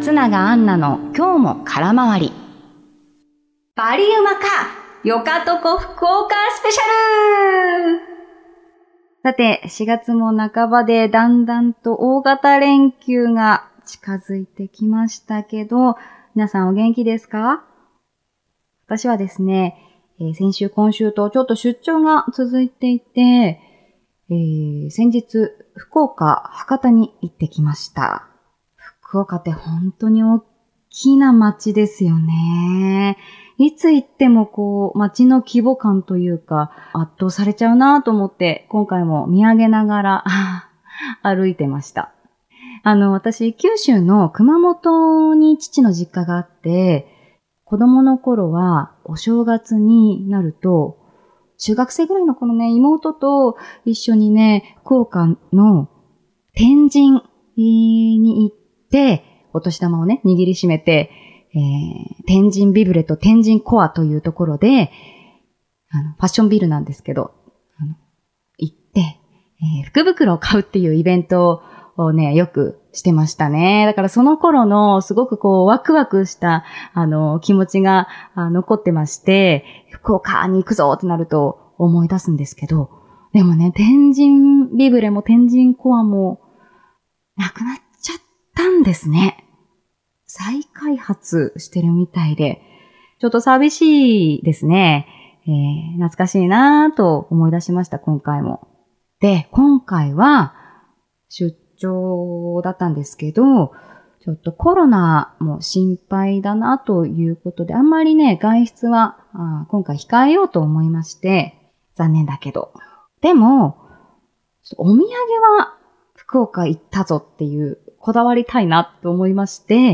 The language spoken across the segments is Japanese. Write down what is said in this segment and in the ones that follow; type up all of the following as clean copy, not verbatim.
松永杏奈の今日も空回り。バリウマかよかとこ福岡スペシャル。さて、4月も半ばでだんだんと大型連休が近づいてきましたけど、皆さんお元気ですか？私はですね、先週今週とちょっと出張が続いていて、先日福岡博多に行ってきました。福岡って本当に大きな街ですよね。いつ行っても街の規模感というか圧倒されちゃうなと思って今回も見上げながら歩いてました。私九州の熊本に父の実家があって、子供の頃はお正月になると中学生ぐらいのこのね、妹と一緒にね、福岡の天神に行って、お年玉をね、握りしめて、天神ビブレと天神コアというところで、ファッションビルなんですけど、行って、福袋を買うっていうイベントをね、よくしてましたね。だからその頃のすごくワクワクした、気持ちが残ってまして、福岡に行くぞってなると思い出すんですけど、でもね、天神ビブレも天神コアもなくなっちゃったんですね。再開発してるみたいで、ちょっと寂しいですね。懐かしいなぁと思い出しました、今回も。で、今回は出張だったんですけど、ちょっとコロナも心配だなということで、あんまりね、外出は今回控えようと思いまして、残念だけど。でも、お土産は福岡行ったぞっていうこだわりたいなと思いまして、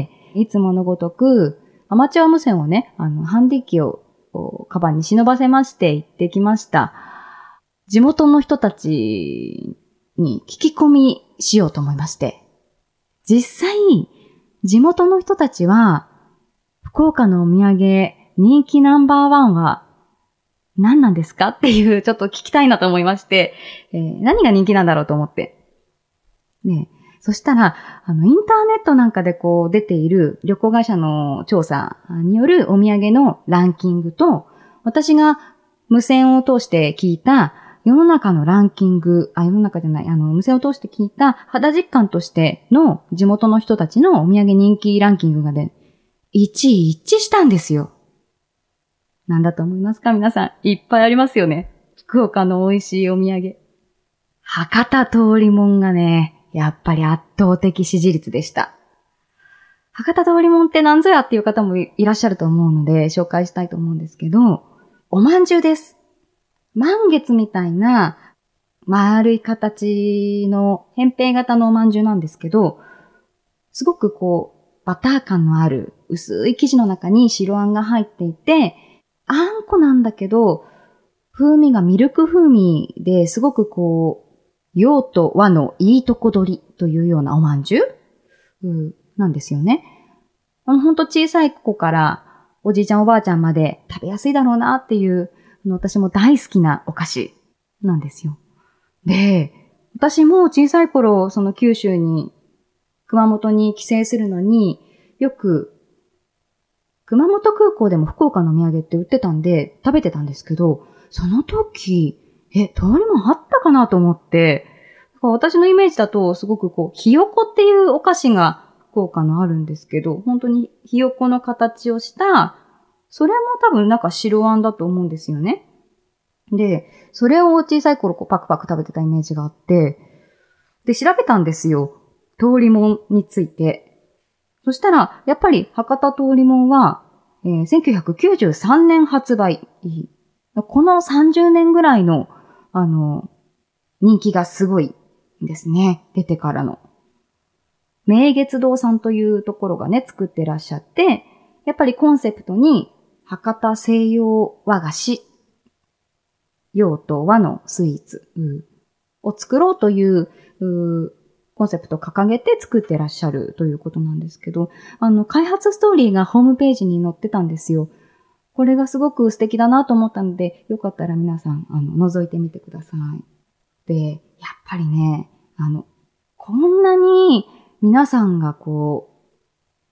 いつものごとくアマチュア無線をね、ハンディ機をカバンに忍ばせまして行ってきました。地元の人たちに聞き込みしようと思いまして。実際、地元の人たちは、福岡のお土産人気ナンバーワンは何なんですかっていう、ちょっと聞きたいなと思いまして、何が人気なんだろうと思って。ね、そしたら、インターネットなんかで出ている旅行会社の調査によるお土産のランキングと、私が無線を通して聞いた世の中のランキング、世の中じゃない、無線を通して聞いた肌実感としての地元の人たちのお土産人気ランキングがね、1位一致したんですよ。なんだと思いますか皆さん。いっぱいありますよね。福岡の美味しいお土産。博多通りもんがね、やっぱり圧倒的支持率でした。博多通りもんって何ぞやっていう方もいらっしゃると思うので紹介したいと思うんですけど、お饅頭です。満月みたいな丸い形の扁平型のお饅頭なんですけど、すごくバター感のある薄い生地の中に白あんが入っていて、あんこなんだけど、風味がミルク風味ですごく洋と和のいいとこ取りというようなお饅頭、なんですよね。ほんと小さい子からおじいちゃんおばあちゃんまで食べやすいだろうなっていう、私も大好きなお菓子なんですよ。で、私も小さい頃、その九州に、熊本に帰省するのに、よく、熊本空港でも福岡のお土産って売ってたんで、食べてたんですけど、その時、通りもんあったかなと思って、私のイメージだと、すごくひよこっていうお菓子が福岡のあるんですけど、本当にひよこの形をした、それも多分白あんだと思うんですよね。で、それを小さい頃パクパク食べてたイメージがあって、で、調べたんですよ。通りもんについて。そしたら、やっぱり博多通りもんは、1993年発売。この30年ぐらいの、人気がすごいんですね。出てからの。明月堂さんというところがね、作ってらっしゃって、やっぱりコンセプトに、博多西洋和菓子、洋と和のスイーツを作ろうというコンセプトを掲げて作ってらっしゃるということなんですけど、開発ストーリーがホームページに載ってたんですよ。これがすごく素敵だなと思ったので、よかったら皆さん、覗いてみてください。で、やっぱりね、こんなに皆さんが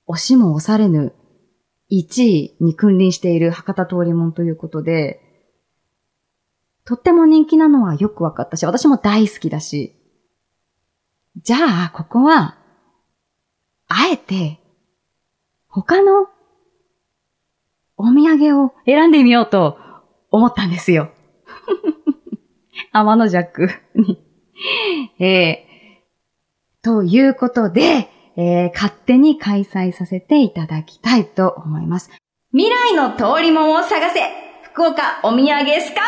押しも押されぬ1位に君臨している博多通りもんということで、とっても人気なのはよくわかったし、私も大好きだし、じゃあ、ここは、あえて、他のお土産を選んでみようと思ったんですよ。天の弱に。ということで、勝手に開催させていただきたいと思います。未来の通りもんを探せ福岡お土産スカウトキャラバ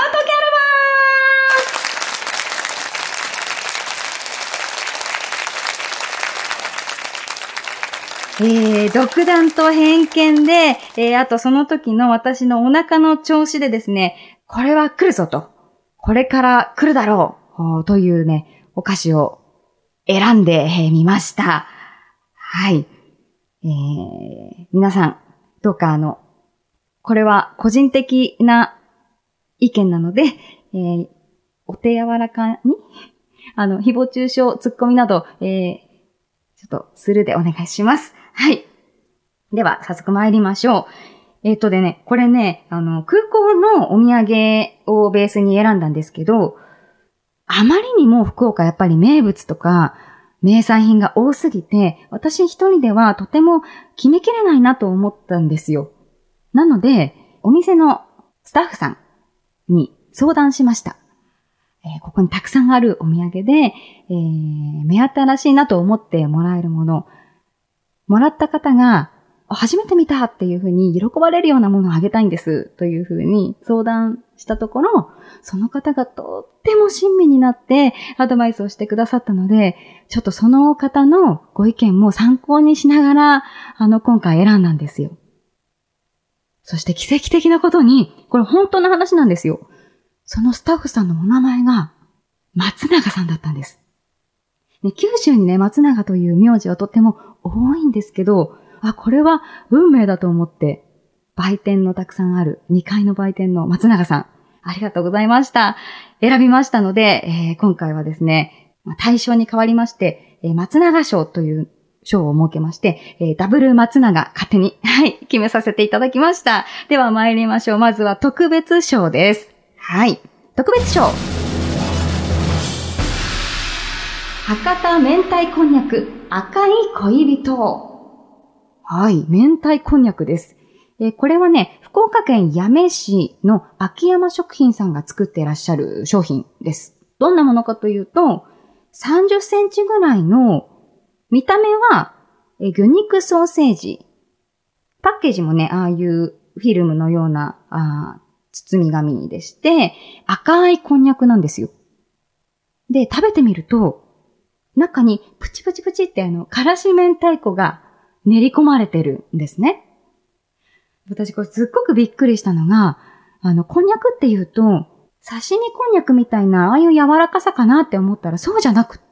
ン独断と偏見で、あとその時の私のお腹の調子でですね、これは来るぞと、これから来るだろうというね、お菓子を選んでみました。はい。皆さん、どうかこれは個人的な意見なので、お手柔らかに、誹謗中傷、ツッコミなど、ちょっとスルーでお願いします。はい。では、早速参りましょう。でね、これね、空港のお土産をベースに選んだんですけど、あまりにも福岡やっぱり名物とか、名産品が多すぎて、私一人ではとても決めきれないなと思ったんですよ。なので、お店のスタッフさんに相談しました。ここにたくさんあるお土産で、目新しいなと思ってもらえるもの、もらった方が、初めて見たっていうふうに喜ばれるようなものをあげたいんですというふうに相談したところ、その方がとっても親身になってアドバイスをしてくださったので、ちょっとその方のご意見も参考にしながら、今回選んだんですよ。そして奇跡的なことに、これ本当の話なんですよ。そのスタッフさんのお名前が松永さんだったんです。ね、九州にね、松永という名字はとっても多いんですけど、これは運命だと思って、売店のたくさんある2階の売店の松永さん、ありがとうございました。選びましたので、今回はですね、大賞に変わりまして、松永賞という賞を設けまして、ダブル松永勝手に、はい、決めさせていただきました。では参りましょう。まずは特別賞です。はい、特別賞。博多明太こんにゃく赤い恋人。はい、明太こんにゃくです。これはね、福岡県八女市の秋山食品さんが作っていらっしゃる商品です。どんなものかというと、30センチぐらいの、見た目は魚肉ソーセージ。パッケージもね、ああいうフィルムのような包み紙でして、赤いこんにゃくなんですよ。で、食べてみると、中にプチプチプチってからし明太子が練り込まれてるんですね。私これすっごくびっくりしたのが、こんにゃくって言うと、刺身こんにゃくみたいな、ああいう柔らかさかなって思ったらそうじゃなくって、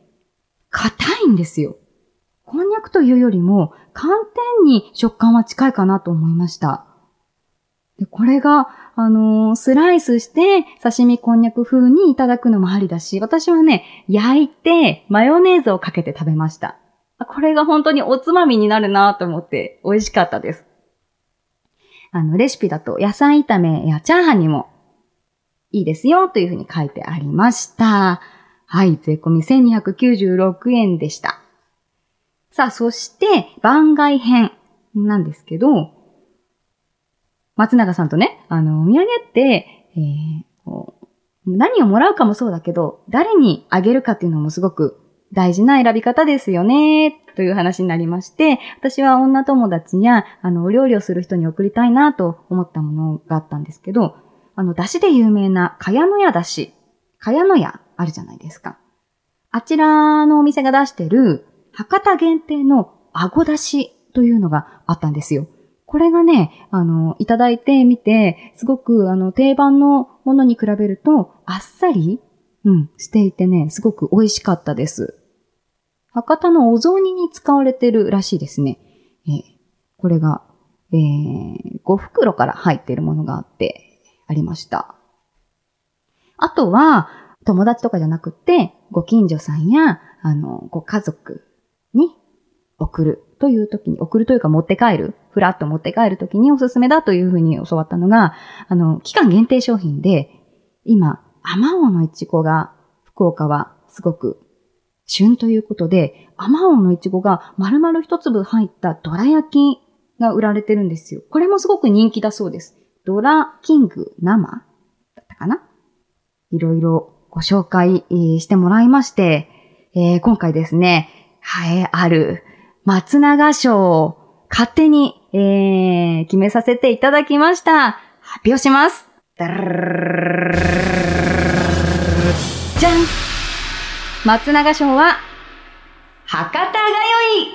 硬いんですよ。こんにゃくというよりも、寒天に食感は近いかなと思いました。でこれが、スライスして刺身こんにゃく風にいただくのもありだし、私はね、焼いてマヨネーズをかけて食べました。これが本当におつまみになるなと思って美味しかったです。レシピだと野菜炒めやチャーハンにもいいですよというふうに書いてありました。はい、税込み1296円でした。さあ、そして番外編なんですけど、松永さんとね、お土産って、何をもらうかもそうだけど、誰にあげるかっていうのもすごく大事な選び方ですよね、という話になりまして、私は女友達や、お料理をする人に送りたいなと思ったものがあったんですけど、出汁で有名な茅野屋出汁、茅野屋あるじゃないですか。あちらのお店が出してる博多限定のあご出汁というのがあったんですよ。これがね、いただいてみて、すごく定番のものに比べるとあっさり、していてね、すごく美味しかったです。博多のお雑煮に使われてるらしいですね。これが、5袋から入っているものがありました。あとは、友達とかじゃなくて、ご近所さんや、ご家族に送るという時に、送るというか持って帰る、ふらっと持って帰る時におすすめだというふうに教わったのが、期間限定商品で、今、あまおうのいちごが、福岡はすごく旬ということで、あまおうのいちごが丸々一粒入ったどら焼きが売られてるんですよ。これもすごく人気だそうです。ドラキング生だったかな？いろいろご紹介してもらいまして、今回ですね、ある松永賞を勝手に、決めさせていただきました。発表します。じゃん！松永賞は、博多がよい。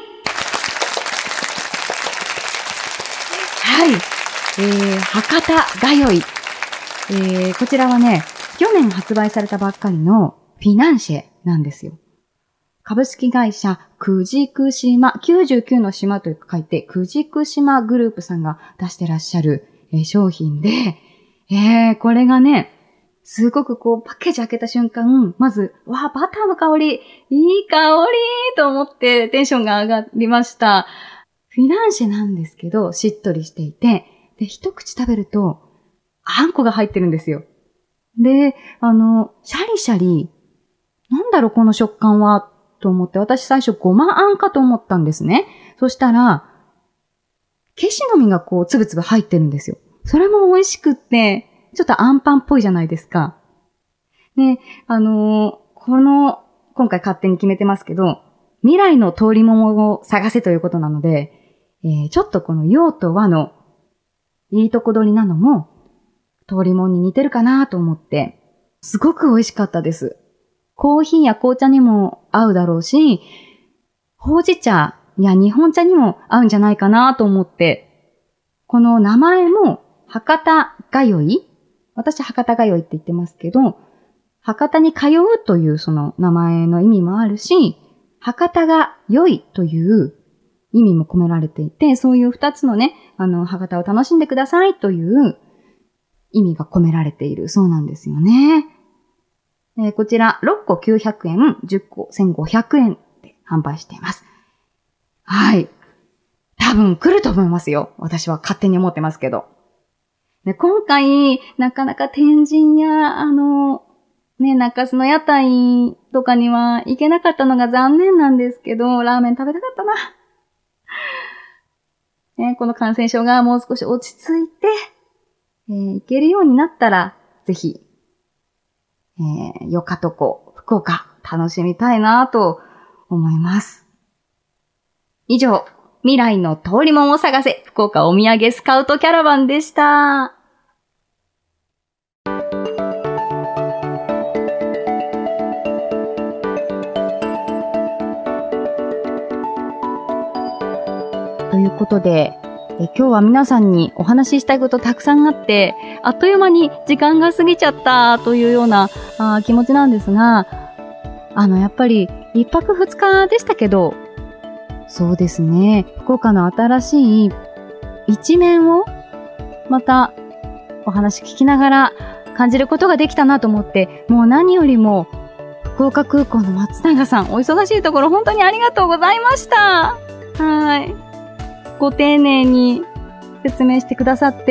はい。博多がよい。こちらはね、去年発売されたばっかりのフィナンシェなんですよ。株式会社九軸島、99の島と書いて九軸島グループさんが出してらっしゃる、商品で、これがね、すごくこうパッケージ開けた瞬間、まず、わあ、バターの香り、いい香りと思ってテンションが上がりました。フィナンシェなんですけど、しっとりしていて、で、一口食べると、あんこが入ってるんですよ。で、シャリシャリ、なんだろうこの食感は、と思って、私最初ごまあんかと思ったんですね。そしたら、ケシの実がこう、つぶつぶ入ってるんですよ。それも美味しくって、ちょっとアンパンっぽいじゃないですか。で、今回勝手に決めてますけど、未来の通りももを探せということなので、ちょっとこの洋と和のいいとこ取りなのも、通りもんに似てるかなと思って、すごく美味しかったです。コーヒーや紅茶にも合うだろうし、ほうじ茶や日本茶にも合うんじゃないかなと思って、この名前も博多がよい、私博多がよいって言ってますけど、博多に通うというその名前の意味もあるし、博多が良いという意味も込められていて、そういう二つのね、博多を楽しんでくださいという意味が込められているそうなんですよね。こちら6個900円、10個1500円で販売しています。はい。多分来ると思いますよ。私は勝手に思ってますけど。で、今回、なかなか天神や、中洲の屋台とかには行けなかったのが残念なんですけど、ラーメン食べたかったな。ね、この感染症がもう少し落ち着いて、行けるようになったら、ぜひ、よかとこ、福岡、楽しみたいなと思います。以上、未来の通りもんを探せ、福岡お土産スカウトキャラバンでした。ということで、今日は皆さんにお話ししたいことたくさんあって、あっという間に時間が過ぎちゃったというような気持ちなんですが、やっぱり一泊二日でしたけど、そうですね、福岡の新しい一面をまたお話聞きながら感じることができたなと思って、もう何よりも福岡空港の松永さん、お忙しいところ本当にありがとうございました。はい。ご丁寧に説明してくださって、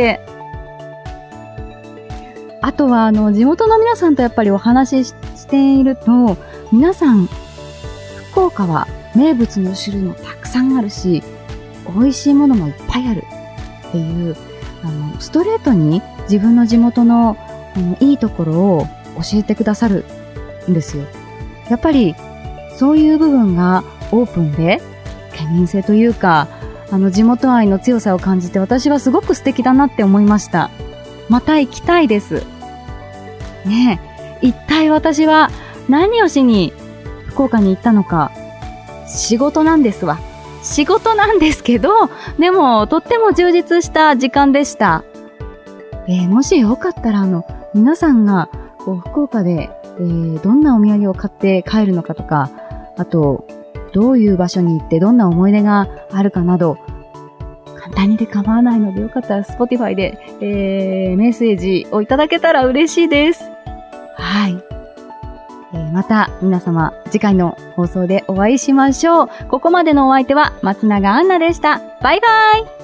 あとは地元の皆さんとやっぱりお話ししていると、皆さん福岡は名物の種類もたくさんあるし、美味しいものもいっぱいあるっていうストレートに自分の地元のいいところを教えてくださるんですよ。やっぱりそういう部分がオープンで県民性というか、地元愛の強さを感じて、私はすごく素敵だなって思いました。また行きたいです。ねえ、一体私は何をしに福岡に行ったのか。仕事なんですわ。仕事なんですけど、でもとっても充実した時間でした。もしよかったら皆さんが福岡で、どんなお土産を買って帰るのかとか、あとどういう場所に行ってどんな思い出があるかなど、簡単にで構わないのでよかったら Spotify で、メッセージをいただけたら嬉しいです。はい。 また皆様次回の放送でお会いしましょう。ここまでのお相手は松永杏奈でした。バイバイ。